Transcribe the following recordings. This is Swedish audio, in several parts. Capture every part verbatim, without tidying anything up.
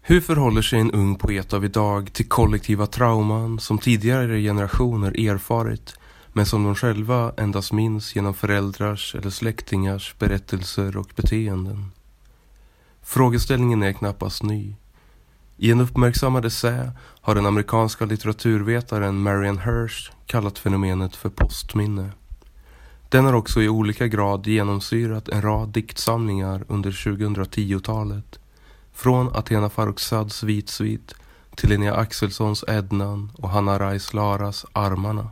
Hur förhåller sig en ung poet av idag till kollektiva trauman som tidigare generationer erfarit, men som de själva endast minns genom föräldrars eller släktingars berättelser och beteenden? Frågeställningen är knappast ny. I en uppmärksammad essä har den amerikanska litteraturvetaren Marian Hirsch kallat fenomenet för postminne. Den har också i olika grad genomsyrat en rad diktsamlingar under tjugohundratio-talet. Från Athena Farrokhzads Vitsvit till Linnea Axelssons Ednan och Hanna Reis Laras Armarna.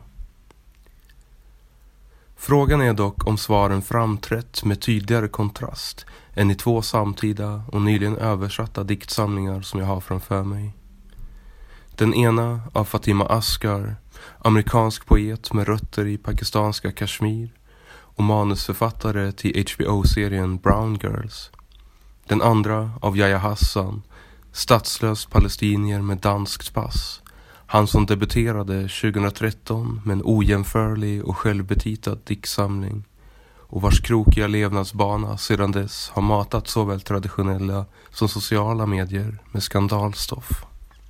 Frågan är dock om svaren framträtt med tydligare kontrast än i två samtida och nyligen översatta diktsamlingar som jag har framför mig. Den ena av Fatima Asghar, amerikansk poet med rötter i pakistanska Kashmir och manusförfattare till H B O-serien Brown Girls. Den andra av Yahya Hassan, statslös palestinier med danskt pass. Han som debuterade tjugohundratretton med en ojämförlig och självbetitlad diktsamling och vars krokiga levnadsbana sedan dess har matat såväl traditionella som sociala medier med skandalstoff.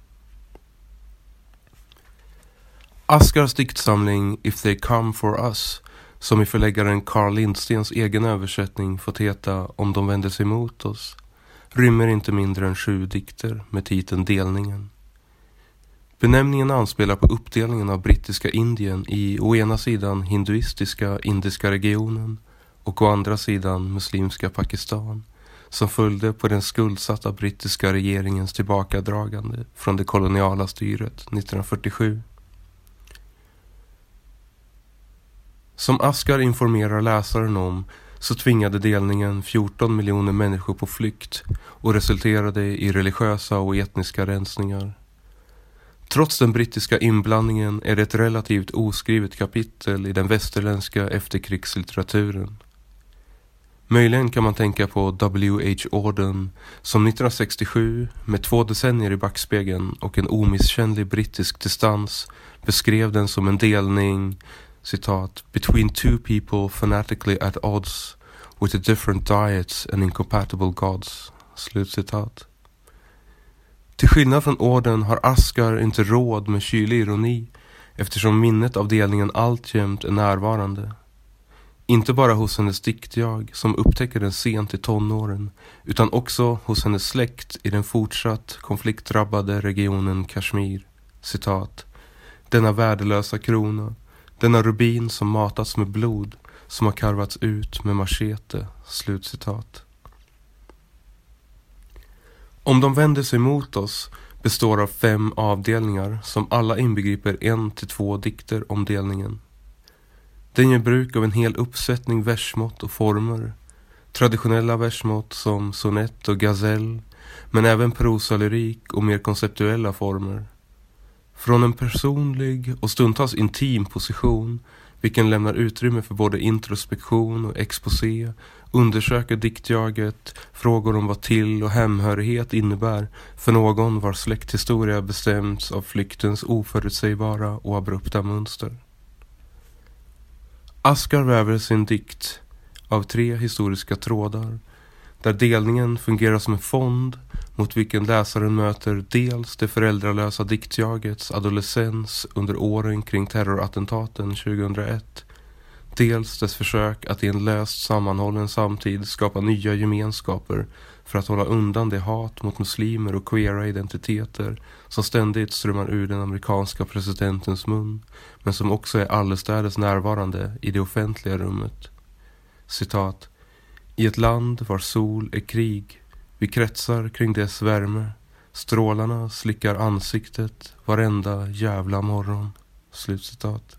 Asghars diktsamling If They Come For Us, som i förläggaren Carl Lindstens egen översättning fått heta Om de vänder sig mot oss, rymmer inte mindre än sju dikter med titeln Delningen. Benämningen anspelar på uppdelningen av brittiska Indien i å ena sidan hinduistiska indiska regionen och å andra sidan muslimska Pakistan, som följde på den skuldsatta brittiska regeringens tillbakadragande från det koloniala styret nittonhundrafyrtiosju. Som Asghar informerar läsaren om så tvingade delningen fjorton miljoner människor på flykt och resulterade i religiösa och etniska rensningar. Trots den brittiska inblandningen är det ett relativt oskrivet kapitel i den västerländska efterkrigslitteraturen. Möjligen kan man tänka på W H Auden som nittonhundrasextiosju med två decennier i backspegeln och en omisskännlig brittisk distans beskrev den som en delning, citat, between two people fanatically at odds with the different diets and incompatible gods, slutcitat. Till skillnad från orden har Asghar inte råd med kylig ironi eftersom minnet av delningen alltjämt är närvarande. Inte bara hos hennes diktjag som upptäcker den sent i tonåren utan också hos hennes släkt i den fortsatt konfliktdrabbade regionen Kashmir, citat, denna värdelösa krona, denna rubin som matats med blod som har karvats ut med machete, slutcitat. Om de vänder sig mot oss består av fem avdelningar som alla inbegriper en till två dikter om delningen. Den ger bruk av en hel uppsättning versmått och former, traditionella versmått som sonett och gazell, men även prosalyrik och mer konceptuella former. Från en personlig och stundtals intim position, vilken lämnar utrymme för både introspektion och exposé, undersöker diktjaget frågor om vad till- och hemhörighet innebär för någon vars släkthistoria bestämts av flyktens oförutsägbara och abrupta mönster. Asghar väver sin dikt av tre historiska trådar, där delningen fungerar som en fond mot vilken läsaren möter dels det föräldralösa diktjagets adolescens under åren kring terrorattentaten tjugohundraett, dels dess försök att i en löst sammanhållen samtid skapa nya gemenskaper för att hålla undan det hat mot muslimer och queera identiteter som ständigt strömmar ur den amerikanska presidentens mun, men som också är allestädes närvarande i det offentliga rummet. Citat, i ett land var sol är krig, vi kretsar kring dess värme, strålarna slickar ansiktet varenda jävla morgon. Slutcitat.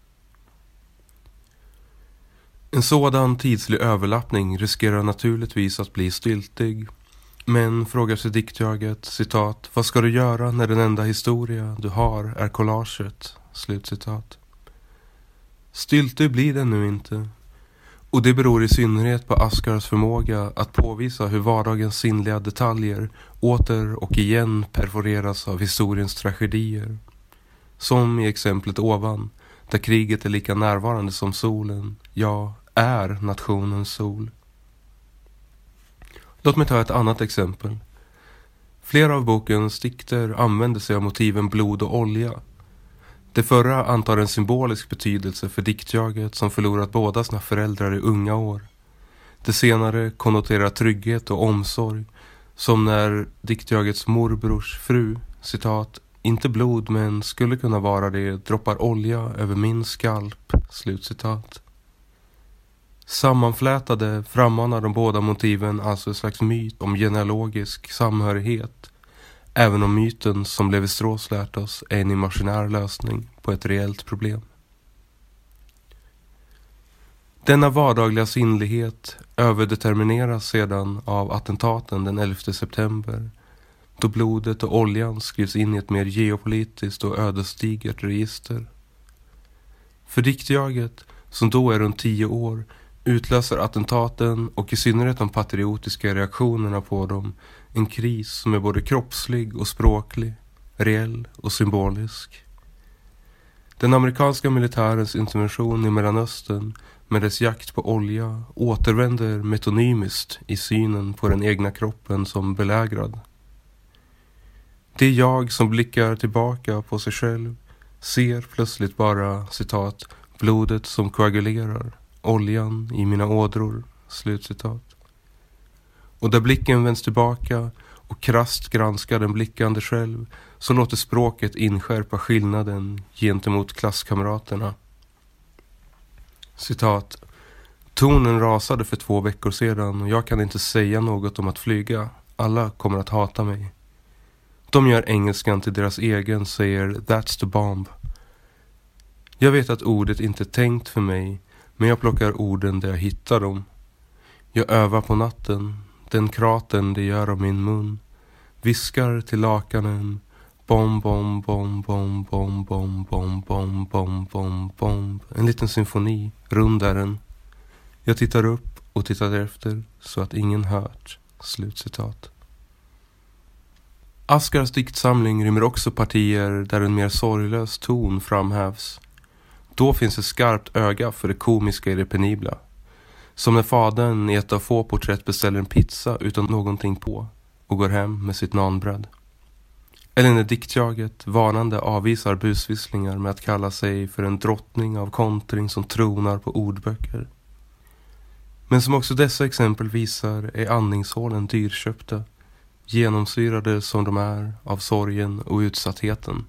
En sådan tidslig överlappning riskerar naturligtvis att bli styltig, men frågar sig diktjaget, citat, vad ska du göra när den enda historia du har är collaget? Slutcitat. Styltig blir den nu inte. Och det beror i synnerhet på Asghars förmåga att påvisa hur vardagens sinnliga detaljer åter och igen perforeras av historiens tragedier. Som i exemplet ovan, där kriget är lika närvarande som solen, ja, är nationens sol. Låt mig ta ett annat exempel. Flera av bokens dikter använder sig av motiven blod och olja. Det förra antar en symbolisk betydelse för diktjaget som förlorat båda sina föräldrar i unga år. Det senare konnoterar trygghet och omsorg, som när diktjagets morbrors fru, citat, inte blod men skulle kunna vara det, droppar olja över min skalp, slutcitat. Sammanflätade frammanar de båda motiven alltså ett slags myt om genealogisk samhörighet, även om myten som Levi-Strauss lärt oss är en imaginär lösning på ett reellt problem. Denna vardagliga sinnlighet överdetermineras sedan av attentaten den elfte september, då blodet och oljan skrivs in i ett mer geopolitiskt och ödesdigert register. För diktjaget, som då är runt tio år, utlöser attentaten och i synnerhet de patriotiska reaktionerna på dem en kris som är både kroppslig och språklig, reell och symbolisk. Den amerikanska militärens intervention i Mellanöstern med dess jakt på olja återvänder metonymiskt i synen på den egna kroppen som belägrad. Det är jag som blickar tillbaka på sig själv, ser plötsligt bara, citat, blodet som koagulerar, oljan i mina ådror, slutcitat. Och där blicken vänds tillbaka och krasst granskar den blickande själv, så låter språket inskärpa skillnaden gentemot klasskamraterna. Citat. Tonen rasade för två veckor sedan och jag kan inte säga något om att flyga. Alla kommer att hata mig. De gör engelskan till deras egen, säger that's the bomb. Jag vet att ordet inte är tänkt för mig, men jag plockar orden där jag hittar dem. Jag övar på natten, den kraten det gör av min mun. Viskar till lakanen, bom bom bom bom bom bom bom bom bom bom bom. En liten symfoni, rund är den. Jag tittar upp och tittar efter så att ingen hört. Slutcitat. Askars diktsamling rymmer också partier där en mer sorglös ton framhävs. Då finns ett skarpt öga för det komiska i det penibla. Som när fadern i ett av få porträtt beställer en pizza utan någonting på och går hem med sitt nanbröd. Eller när diktjaget varnande avvisar busvisslingar med att kalla sig för en drottning av kontring som tronar på ordböcker. Men som också dessa exempel visar är andningshålen dyrköpta, genomsyrade som de är av sorgen och utsattheten.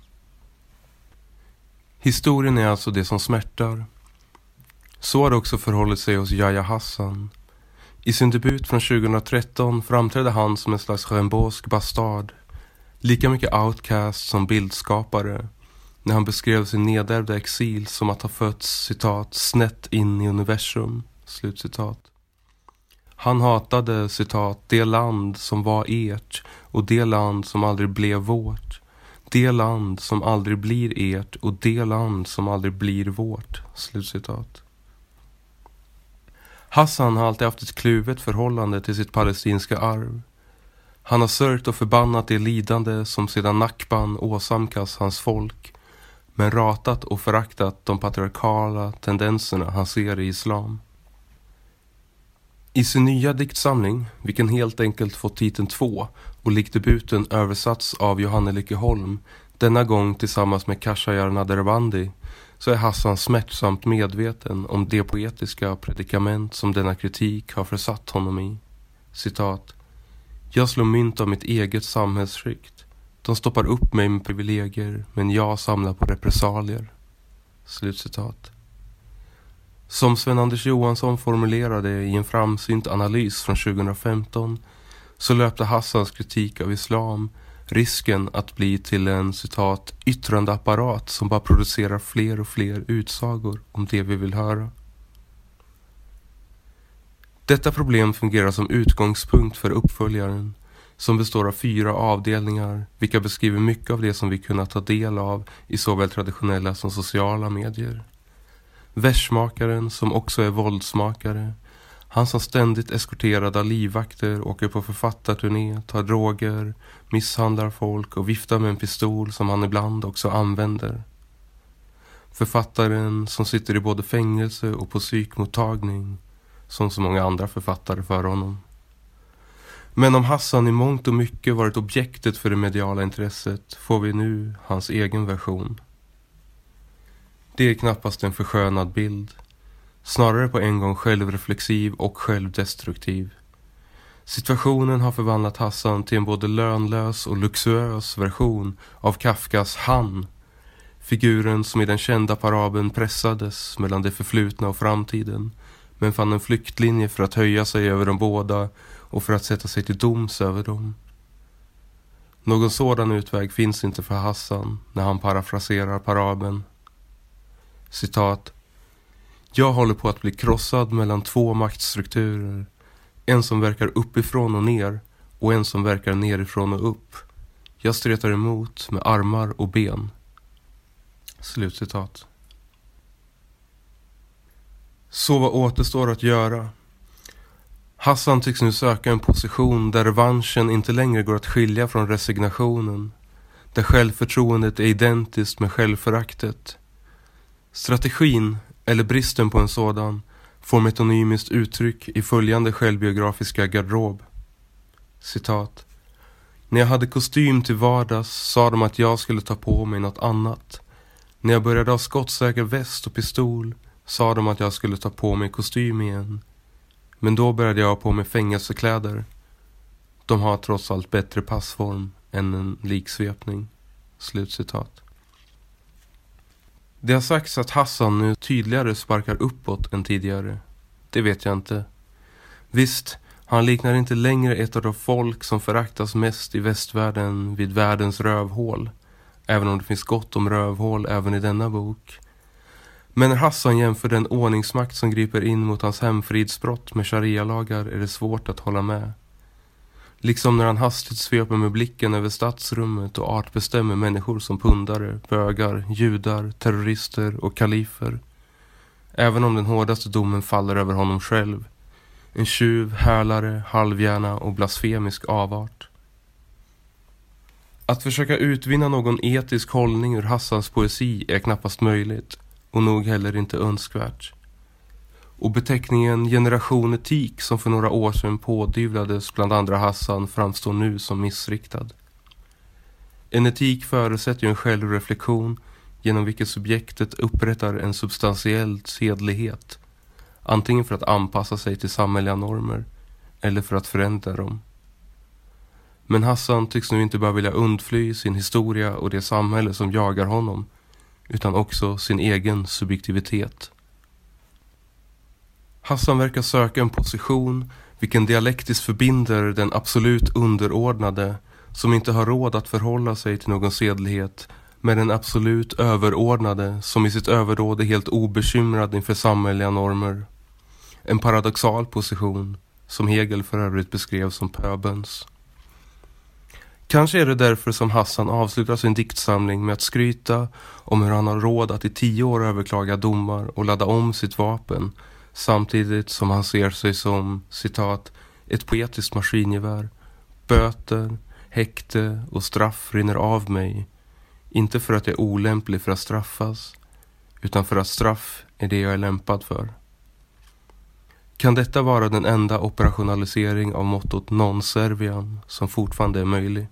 Historien är alltså det som smärtar. Så har det också förhållit sig hos Yahya Hassan. I sin debut från tjugohundratretton framträdde han som en slags rimbaudsk bastard, lika mycket outcast som bildskapare, när han beskrev sin nedärvda exil som att ha fötts, citat, snett in i universum, slutcitat. Han hatade, citat, det land som var ert och det land som aldrig blev vårt, det land som aldrig blir ert och det land som aldrig blir vårt, slutcitat. Hassan har alltid haft ett kluvet förhållande till sitt palestinska arv. Han har sörjt och förbannat det lidande som sedan Nakban åsamkas hans folk, men ratat och föraktat de patriarkala tendenserna han ser i islam. I sin nya diktsamling, vilken helt enkelt fått titeln två och likt debuten översatts av Johanne Lyckeholm, denna gång tillsammans med Khashayar Naderbandi, så är Hassan smärtsamt medveten om det poetiska predikament som denna kritik har försatt honom i. Citat. Jag slår mynt av mitt eget samhällsskikt. De stoppar upp mig med privilegier, men jag samlar på repressalier. Slutcitat. Som Sven-Anders Johansson formulerade i en framsynt analys från tjugohundrafemton, så löpte Hassans kritik av islam risken att bli till en, citat, yttrande apparat som bara producerar fler och fler utsagor om det vi vill höra. Detta problem fungerar som utgångspunkt för uppföljaren, som består av fyra avdelningar, vilka beskriver mycket av det som vi kunnat ta del av i såväl traditionella som sociala medier. Versmakaren, som också är våldsmakare, han som ständigt eskorterad av livvakter åker på författarturné, tar droger, misshandlar folk och viftar med en pistol som han ibland också använder. Författaren som sitter i både fängelse och på psykmottagning, som så många andra författare för honom. Men om Hassan i mångt och mycket varit objektet för det mediala intresset får vi nu hans egen version. Det är knappast en förskönad bild, snarare på en gång självreflexiv och självdestruktiv. Situationen har förvandlat Hassan till en både lönlös och luxuös version av Kafkas Han, figuren som i den kända parabeln pressades mellan det förflutna och framtiden, men fann en flyktlinje för att höja sig över de båda och för att sätta sig till doms över dem. Någon sådan utväg finns inte för Hassan när han parafraserar parabeln. Citat: Jag håller på att bli krossad mellan två maktstrukturer, en som verkar uppifrån och ner och en som verkar nerifrån och upp. Jag stretar emot med armar och ben. Slutcitat. Så vad återstår att göra? Hassan tycks nu söka en position där revanschen inte längre går att skilja från resignationen, där självförtroendet är identiskt med självföraktet. Strategin, eller bristen på en sådan, får metonymiskt uttryck i följande självbiografiska garderob. Citat: När jag hade kostym till vardags sa de att jag skulle ta på mig något annat. När jag började ha skottsäker väst och pistol sa de att jag skulle ta på mig kostym igen. Men då började jag ha på mig fängelsekläder. De har trots allt bättre passform än en liksvepning. Slutcitat. Det har sagts att Hassan nu tydligare sparkar uppåt än tidigare. Det vet jag inte. Visst, han liknar inte längre ett av de folk som föraktas mest i västvärlden vid världens rövhål. Även om det finns gott om rövhål även i denna bok. Men när Hassan jämför den ordningsmakt som griper in mot hans hemfridsbrott med sharia-lagar är det svårt att hålla med. Liksom när han hastigt sveper med blicken över stadsrummet och artbestämmer människor som pundare, bögar, judar, terrorister och kalifer. Även om den hårdaste domen faller över honom själv. En tjuv, hälare, halvhjärna och blasfemisk avart. Att försöka utvinna någon etisk hållning ur Hassans poesi är knappast möjligt och nog heller inte önskvärt. Och beteckningen generation etik som för några år sedan pådyvlades bland andra Hassan framstår nu som missriktad. En etik förutsätter ju en självreflektion genom vilket subjektet upprättar en substantiell sedlighet, antingen för att anpassa sig till samhälleliga normer eller för att förändra dem. Men Hassan tycks nu inte bara vilja undfly sin historia och det samhälle som jagar honom, utan också sin egen subjektivitet. Hassan verkar söka en position vilken dialektiskt förbinder den absolut underordnade som inte har råd att förhålla sig till någon sedlighet med den absolut överordnade som i sitt överdåd är helt obekymrad inför samhälleliga normer. En paradoxal position som Hegel för övrigt beskrev som pöbens. Kanske är det därför som Hassan avslutar sin diktsamling med att skryta om hur han har råd att i tio år överklaga domar och ladda om sitt vapen, samtidigt som han ser sig som, citat, ett poetiskt maskingevär. Böter, häkte och straff rinner av mig, inte för att jag är olämplig för att straffas, utan för att straff är det jag är lämpad för. Kan detta vara den enda operationalisering av mottot non serviam som fortfarande är möjlig?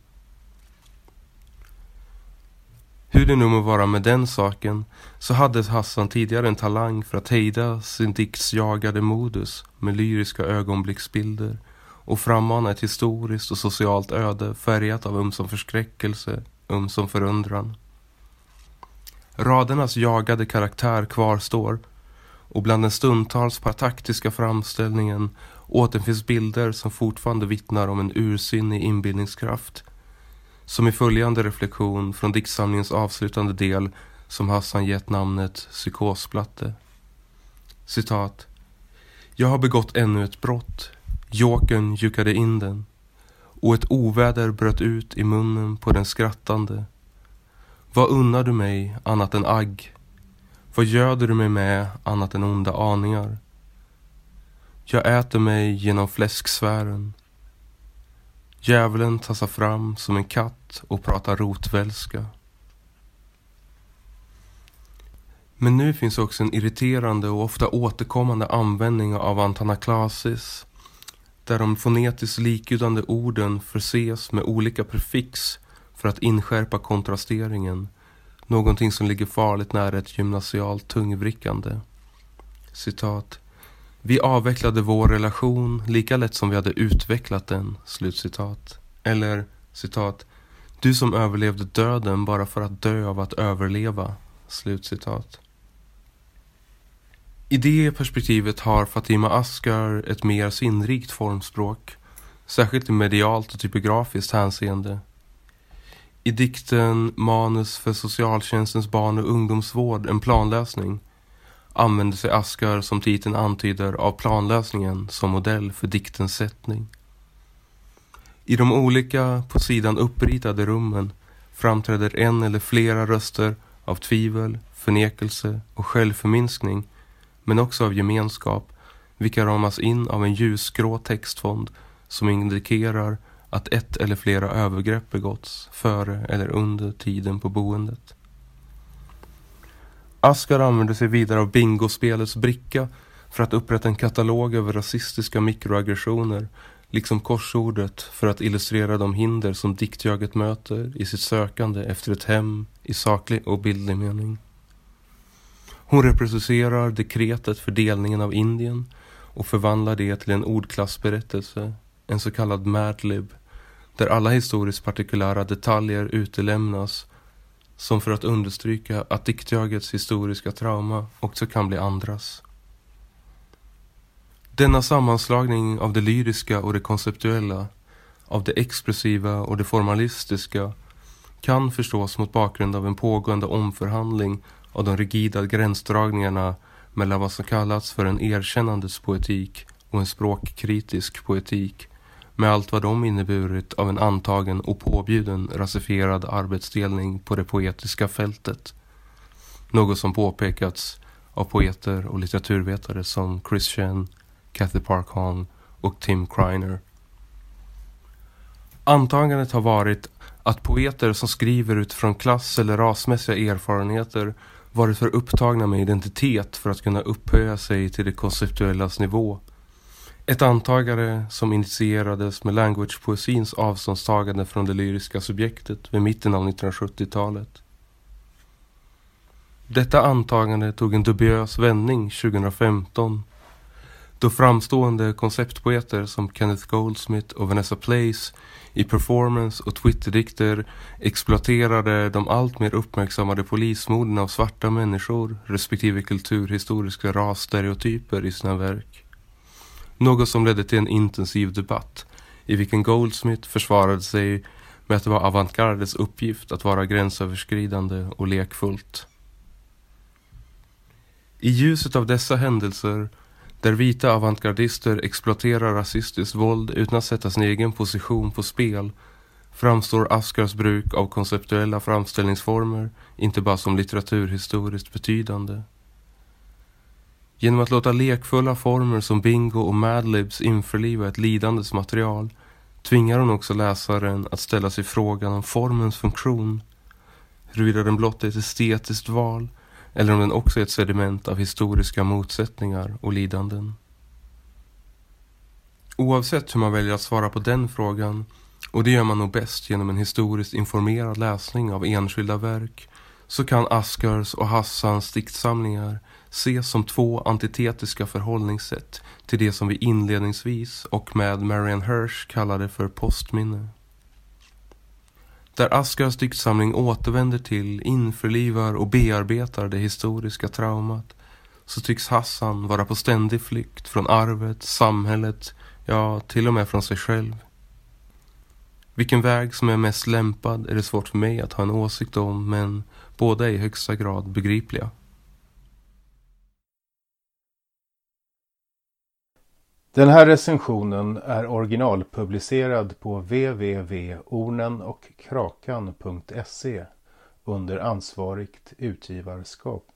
Hur det nu må vara med den saken, så hade Hassan tidigare en talang för att hejda sin diktsjagade modus med lyriska ögonblicksbilder och frammana ett historiskt och socialt öde färgat av ömsom förskräckelse, ömsom förundran. Radernas jagade karaktär kvarstår, och bland den stundtals partaktiska framställningen återfinns bilder som fortfarande vittnar om en ursinnig inbildningskraft, som i följande reflektion från diktsamlingens avslutande del som Hassan gett namnet Psykosplatte. Citat: Jag har begått ännu ett brott. Jokern jukade in den, och ett oväder bröt ut i munnen på den skrattande. Vad unnar du mig annat än agg? Vad göder du mig med annat än onda aningar? Jag äter mig genom fläsksfären. Djävulen tassar fram som en katt och pratar rotvälska. Men nu finns också en irriterande och ofta återkommande användning av antanaklasis. där de fonetiskt likljudande orden förses med olika prefix för att inskärpa kontrasteringen, någonting som ligger farligt nära ett gymnasialt tungvrickande. Citat: vi avvecklade vår relation lika lätt som vi hade utvecklat den, slutcitat. Eller, citat, du som överlevde döden bara för att dö av att överleva, slutcitat. I det perspektivet har Fatima Asghar ett mer sinnrikt formspråk, särskilt i medialt och typografiskt hänseende. I dikten Manus för socialtjänstens barn- och ungdomsvård, en planlösning, använder sig Asghar, som titeln antyder, av planlösningen som modell för diktens sättning. I de olika på sidan uppritade rummen framträder en eller flera röster av tvivel, förnekelse och självförminskning, men också av gemenskap, vilka ramas in av en ljusgrå textfond som indikerar att ett eller flera övergrepp begåtts före eller under tiden på boendet. Asghar använder sig vidare av bingospelets bricka för att upprätta en katalog över rasistiska mikroaggressioner, liksom korsordet för att illustrera de hinder som diktjaget möter i sitt sökande efter ett hem i saklig och bildlig mening. Hon representerar dekretet för delningen av Indien och förvandlar det till en ordklassberättelse, en så kallad madlib, där alla historiskt partikulära detaljer utelämnas, som för att understryka att diktjagets historiska trauma också kan bli andras. Denna sammanslagning av det lyriska och det konceptuella, av det expressiva och det formalistiska, kan förstås mot bakgrund av en pågående omförhandling av de rigida gränsdragningarna mellan vad som kallats för en erkännandets poetik och en språkkritisk poetik, med allt vad de inneburit av en antagen och påbjuden rasifierad arbetsdelning på det poetiska fältet. Något som påpekats av poeter och litteraturvetare som Chris Chen, Cathy Park Hong och Tim Kreiner. Antagandet har varit att poeter som skriver utifrån klass- eller rasmässiga erfarenheter varit för upptagna med identitet för att kunna upphöja sig till det konceptuellas nivå. Ett antagande som initierades med language-poesins avståndstagande från det lyriska subjektet vid mitten av nittonhundrasjuttiotalet. Detta antagande tog en dubiös vändning tjugohundrafemton, då framstående konceptpoeter som Kenneth Goldsmith och Vanessa Place i performance och Twitterdikter exploaterade de allt mer uppmärksammade polismorden av svarta människor respektive kulturhistoriska rasstereotyper i sina verk. Något som ledde till en intensiv debatt i vilken Goldsmith försvarade sig med att det var avantgardes uppgift att vara gränsöverskridande och lekfullt. I ljuset av dessa händelser, där vita avantgardister exploaterar rasistiskt våld utan att sätta sin egen position på spel, framstår Asghars bruk av konceptuella framställningsformer inte bara som litteraturhistoriskt betydande. Genom att låta lekfulla former som bingo och madlibs införliva ett lidandes material tvingar hon också läsaren att ställa sig frågan om formens funktion, huruvida den blott är ett estetiskt val eller om den också är ett sediment av historiska motsättningar och lidanden. Oavsett hur man väljer att svara på den frågan, och det gör man nog bäst genom en historiskt informerad läsning av enskilda verk, så kan Asghars och Hassans diktsamlingar ses som två antitetiska förhållningssätt till det som vi inledningsvis och med Marian Hirsch kallade för postminne. Där Asghars diktsamling återvänder till, införlivar och bearbetar det historiska traumat, så tycks Hassan vara på ständig flykt från arvet, samhället, ja till och med från sig själv. Vilken väg som är mest lämpad är det svårt för mig att ha en åsikt om, men båda är i högsta grad begripliga. Den här recensionen är originalpublicerad på w w w punkt ornen och krakan punkt se under ansvarigt utgivarskap.